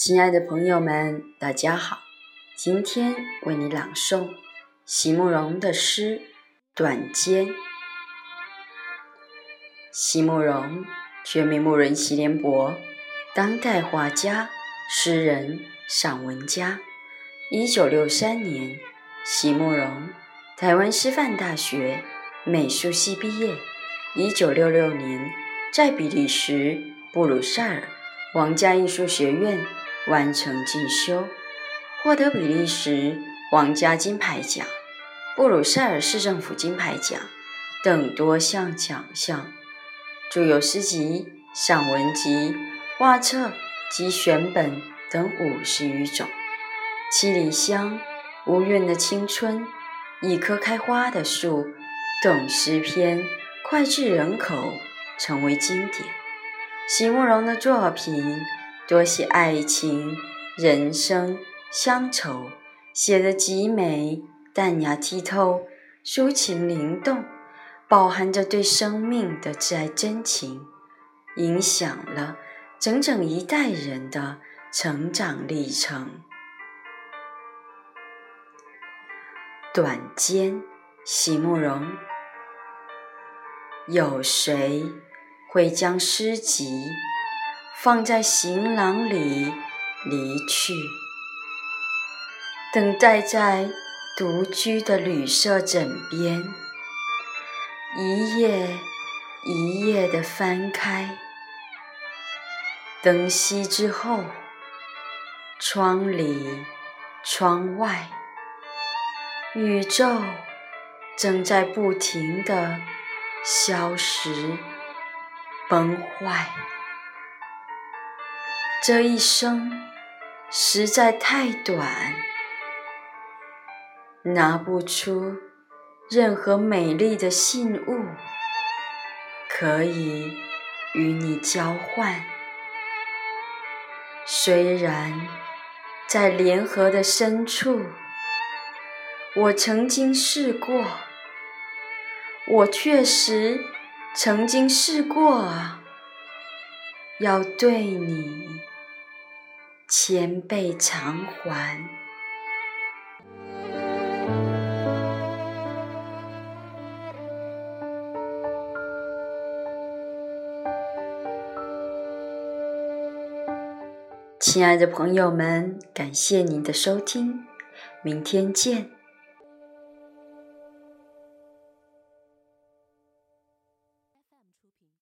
亲爱的朋友们，大家好，今天为你朗诵席慕容的诗《短笺》。席慕容，全名慕容席联博，当代画家、诗人、散文家。1963年，席慕容台湾师范大学美术系毕业。1966年，在比利时布鲁塞尔皇家艺术学院完成进修，获得比利时皇家金牌奖、布鲁塞尔市政府金牌奖等多项奖项。著有诗集、散文集、画册及选本等50余种。七里香、无怨的青春、一棵开花的树等诗篇脍炙人口，成为经典。席慕容的作品多写爱情、人生、乡愁，写得极美，淡雅剔透，抒情灵动，饱含着对生命的挚爱真情，影响了整整一代人的成长历程。短笺，席慕容。有谁会将诗集放在行囊里离去，等待在独居的旅社枕边，一页一页地翻开。灯熄之后，窗里窗外，宇宙正在不停地消失崩坏。这一生实在太短，拿不出任何美丽的信物可以与你交换。虽然在联合的深处，我曾经试过，我确实曾经试过啊，要对你千倍偿还。亲爱的朋友们，感谢您的收听，明天见。